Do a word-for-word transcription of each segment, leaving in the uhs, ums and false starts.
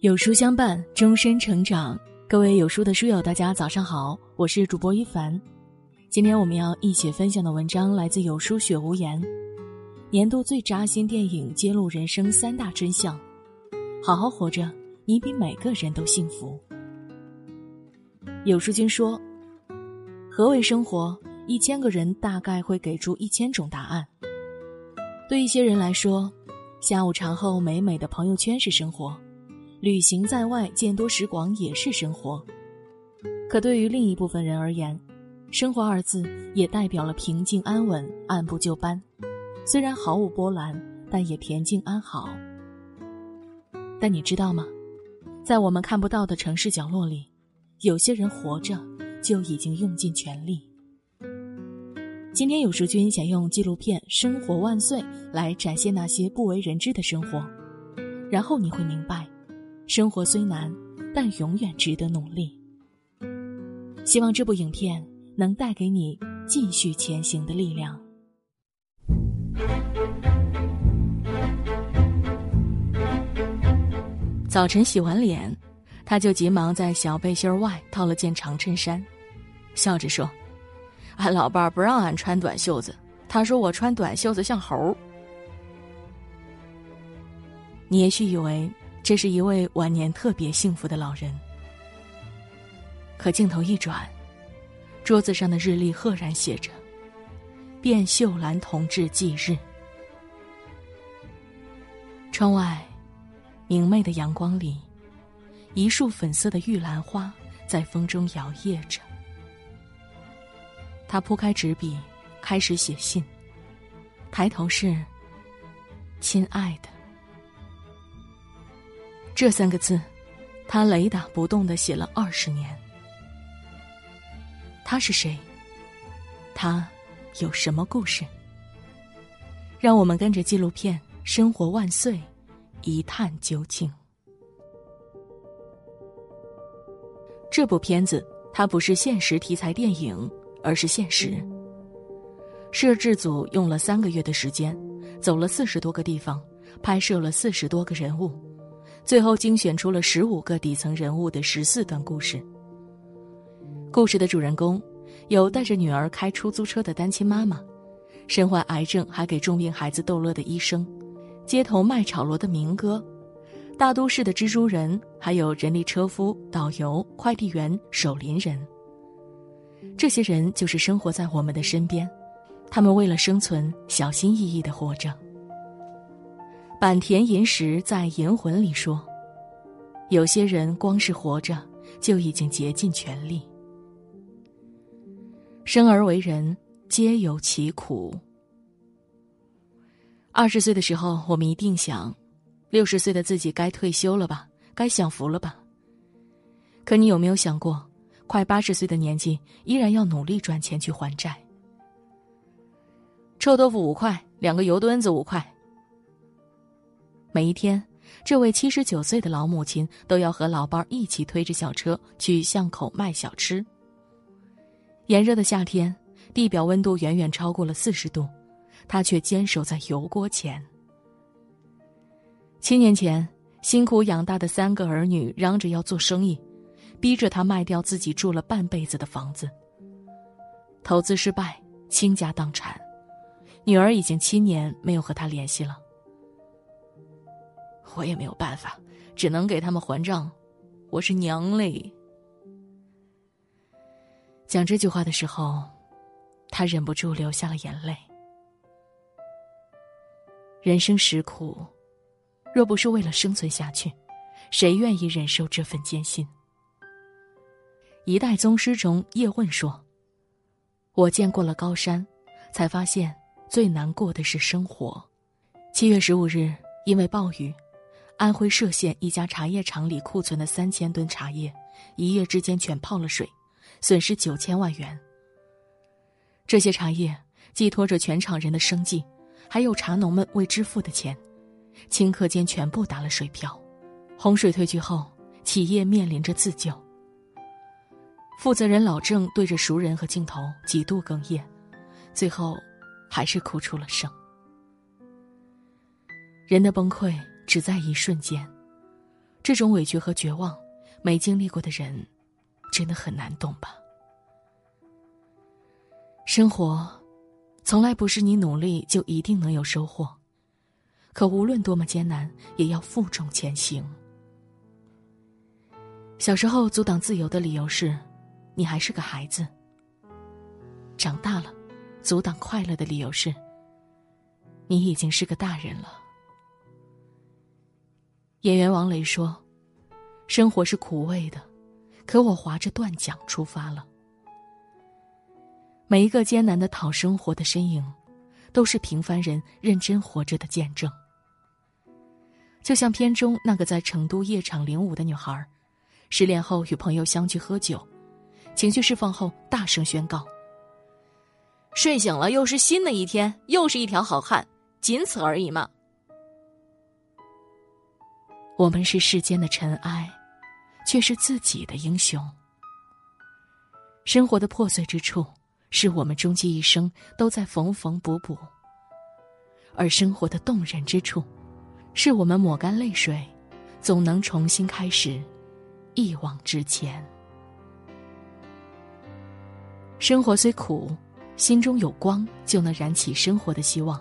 有书相伴，终身成长。各位有书的书友，大家早上好，我是主播一凡。今天我们要一起分享的文章来自有书雪无言。年度最扎心电影揭露人生三大真相，好好活着，你比每个人都幸福。有书君说，何为生活？一千个人大概会给出一千种答案。对一些人来说，下午茶后美美的朋友圈是生活，旅行在外见多识广也是生活。可对于另一部分人而言，生活二字也代表了平静安稳，按部就班，虽然毫无波澜，但也恬静安好。但你知道吗？在我们看不到的城市角落里，有些人活着就已经用尽全力。今天有书君想用纪录片《生活万岁》来展现那些不为人知的生活，然后你会明白，生活虽难，但永远值得努力。希望这部影片能带给你继续前行的力量。早晨洗完脸，他就急忙在小背心外套了件长衬衫，笑着说，俺老伴儿不让俺穿短袖子，他说我穿短袖子像猴。你也许以为这是一位晚年特别幸福的老人，可镜头一转，桌子上的日历赫然写着卞秀兰同志忌日。窗外明媚的阳光里，一束粉色的玉兰花在风中摇曳着。他铺开纸笔，开始写信，抬头是亲爱的这三个字，他雷打不动地写了二十年。他是谁？他有什么故事？让我们跟着纪录片《生活万岁》一探究竟。这部片子它不是现实题材电影，而是现实。摄制组用了三个月的时间，走了四十多个地方，拍摄了四十多个人物，最后精选出了十五个底层人物的十四段故事。故事的主人公有带着女儿开出租车的单亲妈妈，身患癌症还给重病孩子逗乐的医生，街头卖炒螺的民歌，大都市的蜘蛛人，还有人力车夫、导游、快递员、守林人。这些人就是生活在我们的身边，他们为了生存小心翼翼地活着。坂田银时在《银魂》里说，有些人光是活着就已经竭尽全力。生而为人，皆有其苦。二十岁的时候，我们一定想，六十岁的自己该退休了吧，该享福了吧。可你有没有想过，快八十岁的年纪，依然要努力赚钱去还债？臭豆腐五块，两个油墩子五块。每一天，这位七十九岁的老母亲都要和老伴儿一起推着小车去巷口卖小吃。炎热的夏天，地表温度远远超过了四十度，她却坚守在油锅前。七年前，辛苦养大的三个儿女嚷着要做生意，逼着她卖掉自己住了半辈子的房子。投资失败，倾家荡产，女儿已经七年没有和她联系了。我也没有办法，只能给他们还账，我是娘嘞。讲这句话的时候，他忍不住流下了眼泪。人生实苦，若不是为了生存下去，谁愿意忍受这份艰辛？一代宗师中叶问说，我见过了高山，才发现最难过的是生活。七月十五日，因为暴雨，安徽歙县一家茶叶厂里库存的三千吨茶叶，一夜之间全泡了水，损失九千万元。这些茶叶寄托着全厂人的生计，还有茶农们未支付的钱，顷刻间全部打了水漂。洪水退去后，企业面临着自救。负责人老郑对着熟人和镜头几度哽咽，最后还是哭出了声。人的崩溃只在一瞬间， 这种委屈和绝望，没经历过的人真的很难懂吧。生活从来不是你努力就一定能有收获，可无论多么艰难，也要负重前行。小时候阻挡自由的理由是你还是个孩子，长大了阻挡快乐的理由是你已经是个大人了。演员王雷说，生活是苦味的，可我划着断桨出发了。每一个艰难的讨生活的身影，都是平凡人认真活着的见证。就像片中那个在成都夜场领舞的女孩，失恋后与朋友相聚喝酒，情绪释放后大声宣告，睡醒了又是新的一天，又是一条好汉，仅此而已嘛。我们是世间的尘埃，却是自己的英雄。生活的破碎之处，是我们终其一生都在缝缝补补，而生活的动人之处，是我们抹干泪水，总能重新开始，一往直前。生活虽苦，心中有光，就能燃起生活的希望。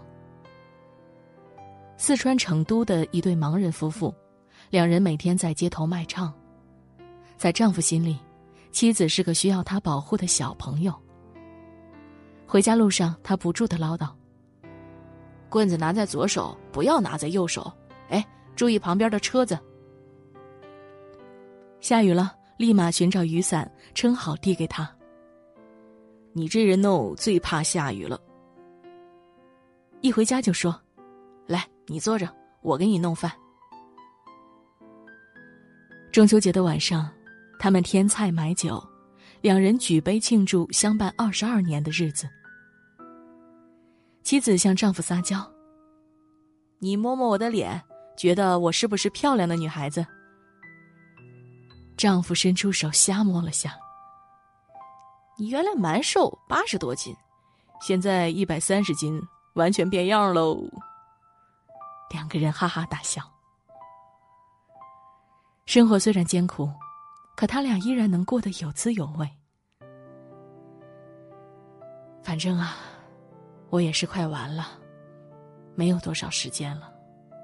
四川成都的一对盲人夫妇，两人每天在街头卖唱。在丈夫心里，妻子是个需要他保护的小朋友。回家路上，他不住地唠叨，棍子拿在左手，不要拿在右手，哎，注意旁边的车子。下雨了，立马寻找雨伞，撑好递给他。你这人哦，最怕下雨了。一回家就说，来，你坐着，我给你弄饭。中秋节的晚上，他们添菜买酒，两人举杯庆祝相伴二十二年的日子。妻子向丈夫撒娇，你摸摸我的脸，觉得我是不是漂亮的女孩子？丈夫伸出手瞎摸了下，你原来蛮瘦，八十多斤，现在一百三十斤，完全变样喽。两个人哈哈大笑。生活虽然艰苦，可他俩依然能过得有滋有味。反正啊，我也是快完了，没有多少时间了。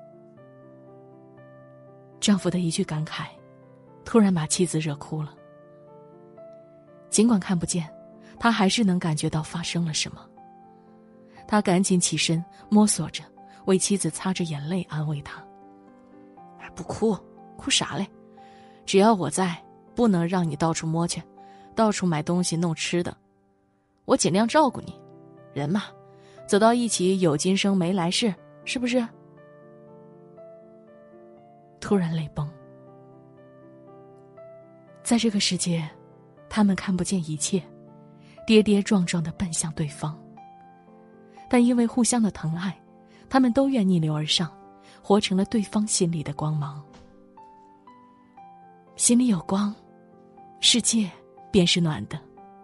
丈夫的一句感慨，突然把妻子惹哭了。尽管看不见，他还是能感觉到发生了什么。他赶紧起身，摸索着，为妻子擦着眼泪，安慰她：不哭，哭啥嘞？只要我在，不能让你到处摸去，到处买东西弄吃的。我尽量照顾你，人嘛，走到一起有今生没来世，是不是？突然泪崩。在这个世界，他们看不见一切，跌跌撞撞地奔向对方。但因为互相的疼爱，他们都愿逆流而上，活成了对方心里的光芒。心里有光，世界便是暖的。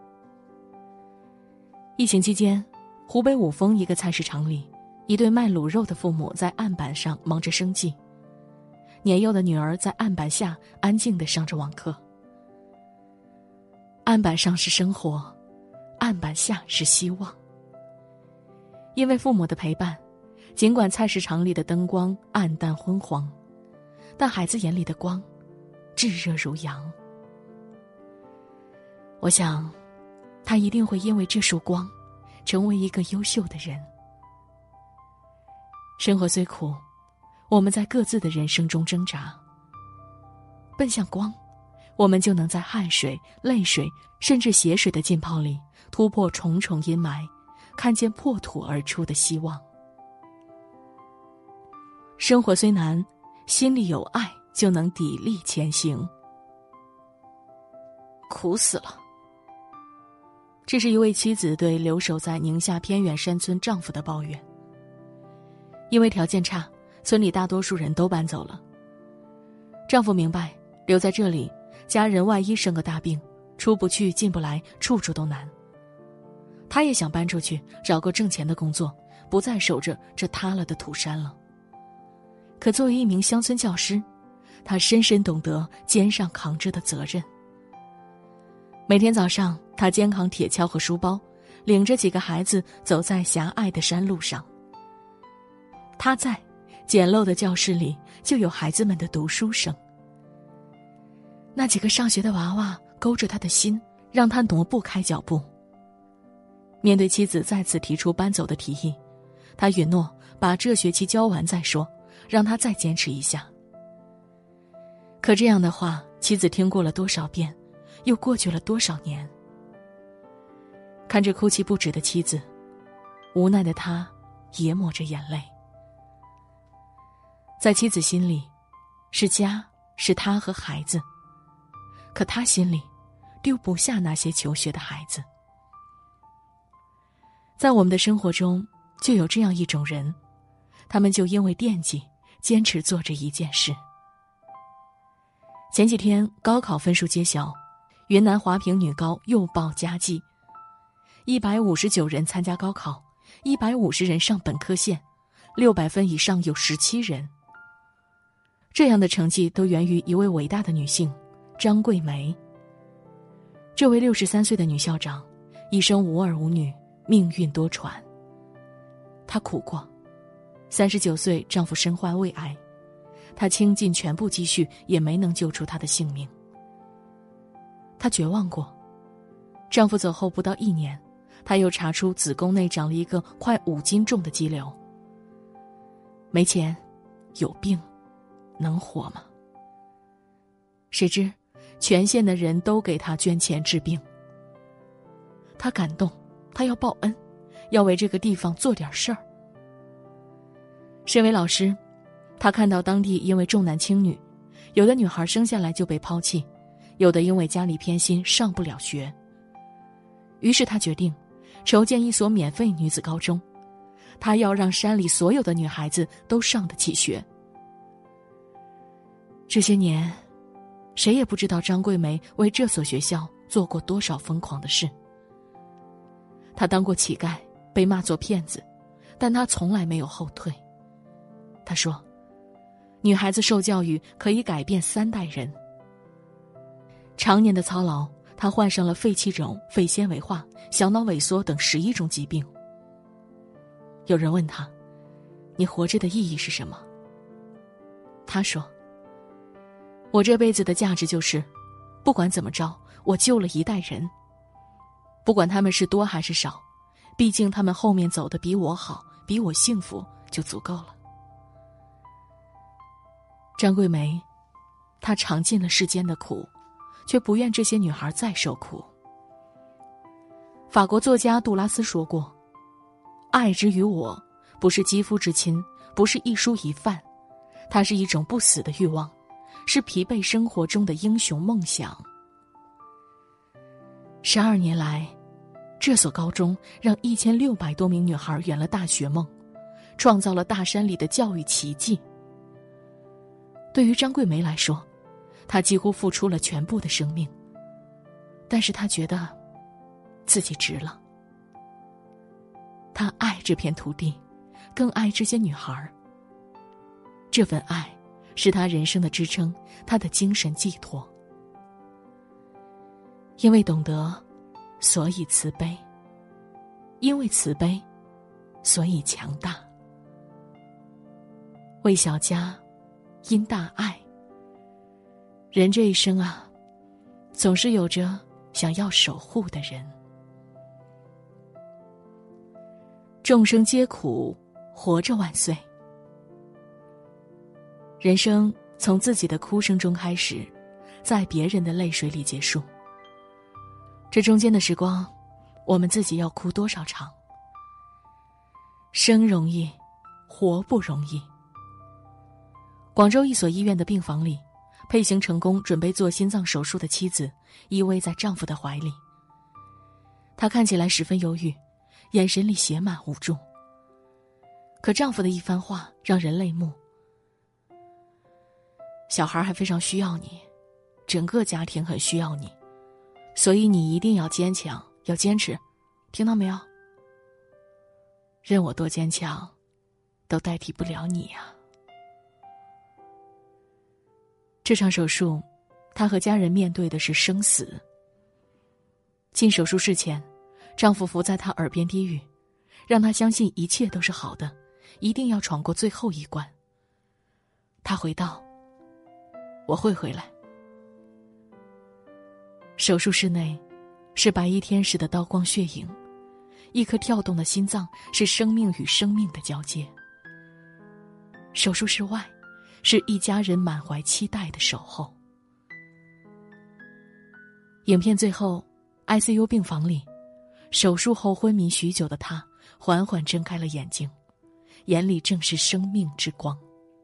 疫情期间，湖北五峰一个菜市场里，一对卖卤肉的父母在案板上忙着生计，年幼的女儿在案板下安静地上着网课。案板上是生活，案板下是希望。因为父母的陪伴，尽管菜市场里的灯光暗淡昏黄，但孩子眼里的光炙热如阳。我想，他一定会因为这束光，成为一个优秀的人。生活虽苦，我们在各自的人生中挣扎，奔向光，我们就能在汗水、泪水，甚至血水的浸泡里，突破重重阴霾，看见破土而出的希望。生活虽难，心里有爱，就能砥砺前行。苦死了。这是一位妻子对留守在宁夏偏远山村丈夫的抱怨。因为条件差，村里大多数人都搬走了。丈夫明白，留在这里，家人万一生个大病，出不去进不来，处处都难。他也想搬出去，找个挣钱的工作，不再守着这塌了的土山了。可作为一名乡村教师， 他深深懂得肩上扛着的责任。每天早上，他肩扛铁锹和书包，领着几个孩子走在狭隘的山路上。他在简陋的教室里，就有孩子们的读书声。那几个上学的娃娃勾着他的心，让他挪不开脚步。面对妻子再次提出搬走的提议，他允诺把这学期教完再说，让他再坚持一下。可这样的话，妻子听过了多少遍，又过去了多少年？看着哭泣不止的妻子，无奈的他也抹着眼泪。在妻子心里，是家，是他和孩子，可他心里丢不下那些求学的孩子。在我们的生活中，就有这样一种人，他们就因为惦记，坚持做着一件事。前几天高考分数揭晓，云南华坪女高又报佳绩，一百五十九人参加高考，一百五十人上本科线，六百分以上有十七人。这样的成绩都源于一位伟大的女性张桂梅。这位六十三岁的女校长，一生无儿无女，命运多舛。她苦过，三十九岁丈夫身患胃癌，她倾尽全部积蓄也没能救出他的性命。她绝望过，丈夫走后不到一年，她又查出子宫内长了一个快五斤重的肌瘤。没钱，有病，能活吗？谁知全县的人都给她捐钱治病。她感动，她要报恩，要为这个地方做点事儿。身为老师，她看到当地因为重男轻女，有的女孩生下来就被抛弃，有的因为家里偏心上不了学。于是她决定筹建一所免费女子高中，她要让山里所有的女孩子都上得起学。这些年，谁也不知道张桂梅为这所学校做过多少疯狂的事。她当过乞丐，被骂做骗子，但她从来没有后退。她说，女孩子受教育可以改变三代人。常年的操劳，她患上了肺气肿、肺纤维化、小脑萎缩等十一种疾病。有人问她，你活着的意义是什么？她说，我这辈子的价值就是，不管怎么着，我救了一代人。不管他们是多还是少，毕竟他们后面走得比我好，比我幸福，就足够了。张桂梅，她尝尽了世间的苦，却不愿这些女孩再受苦。法国作家杜拉斯说过，爱之于我，不是肌肤之亲，不是一蔬一饭，它是一种不死的欲望，是疲惫生活中的英雄梦想。十二年来，这所高中让一千六百多名女孩圆了大学梦，创造了大山里的教育奇迹。对于张桂梅来说，她几乎付出了全部的生命，但是她觉得自己值了。她爱这片土地，更爱这些女孩。这份爱是她人生的支撑，她的精神寄托。因为懂得，所以慈悲；因为慈悲，所以强大。为小家，因大爱。人这一生啊，总是有着想要守护的人。众生皆苦，活着万岁。人生从自己的哭声中开始，在别人的泪水里结束。这中间的时光，我们自己要哭多少场？生容易，活不容易。广州一所医院的病房里，配型成功准备做心脏手术的妻子依偎在丈夫的怀里。她看起来十分忧郁，眼神里写满无助。可丈夫的一番话让人泪目。小孩还非常需要你，整个家庭很需要你，所以你一定要坚强，要坚持，听到没有？任我多坚强，都代替不了你呀。 这场手术，她和家人面对的是生死。进手术室前，丈夫伏在她耳边低语，让她相信一切都是好的，一定要闯过最后一关。她回道：我会回来。手术室内是白衣天使的刀光血影，一颗跳动的心脏是生命与生命的交接。手术室外是一家人满怀期待的守候。影片最后 I C U 病房里，手术后昏迷许久的她缓缓睁开了眼睛，眼里正是生命之光。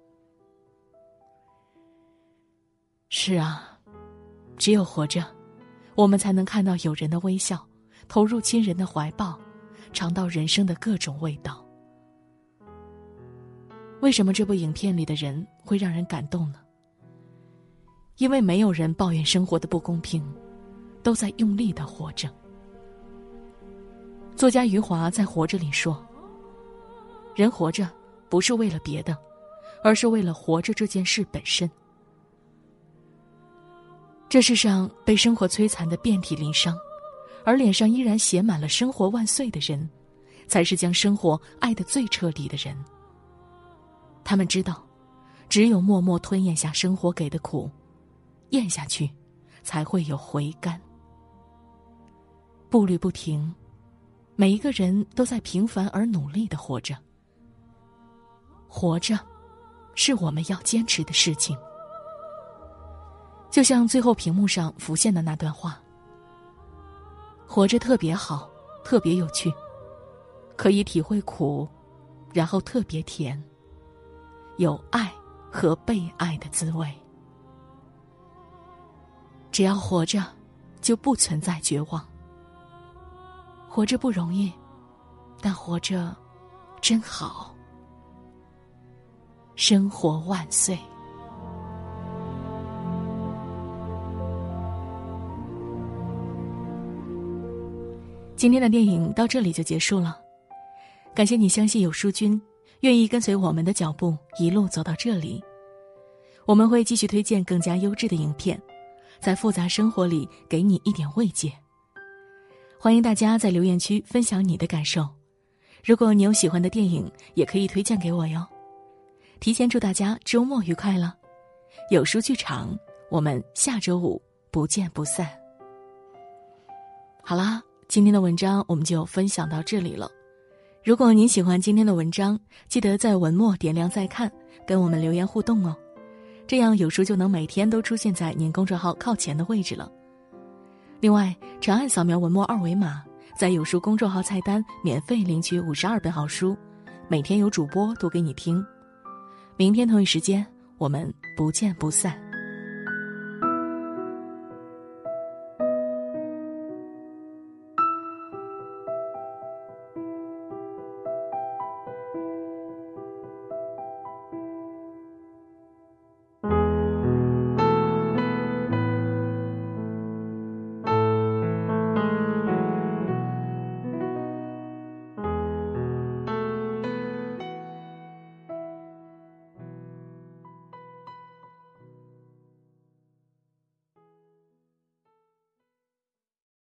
是啊，只有活着，我们才能看到友人的微笑，投入亲人的怀抱，尝到人生的各种味道。为什么这部影片里的人会让人感动呢？因为没有人抱怨生活的不公平，都在用力地活着。作家余华在《活着》里说，人活着不是为了别的，而是为了活着这件事本身。这世上被生活摧残的遍体鳞伤，而脸上依然写满了生活万岁的人，才是将生活爱得最彻底的人。他们知道，只有默默吞咽下生活给的苦，咽下去才会有回甘。步履不停，每一个人都在平凡而努力地活着。活着是我们要坚持的事情。就像最后屏幕上浮现的那段话，活着特别好，特别有趣，可以体会苦，然后特别甜，有爱和被爱的滋味。只要活着，就不存在绝望。活着不容易，但活着真好。生活万岁！今天的电影到这里就结束了，感谢你相信有书君，愿意跟随我们的脚步一路走到这里。我们会继续推荐更加优质的影片，在复杂生活里给你一点慰藉。欢迎大家在留言区分享你的感受，如果你有喜欢的电影，也可以推荐给我哟。提前祝大家周末愉快了，有书剧场，我们下周五不见不散。好啦，今天的文章我们就分享到这里了。如果您喜欢今天的文章，记得在文末点亮再看，跟我们留言互动哦，这样有书就能每天都出现在您公众号靠前的位置了。另外，长按扫描文末二维码，在有书公众号菜单免费领取五十二本好书，每天有主播读给你听。明天同一时间，我们不见不散。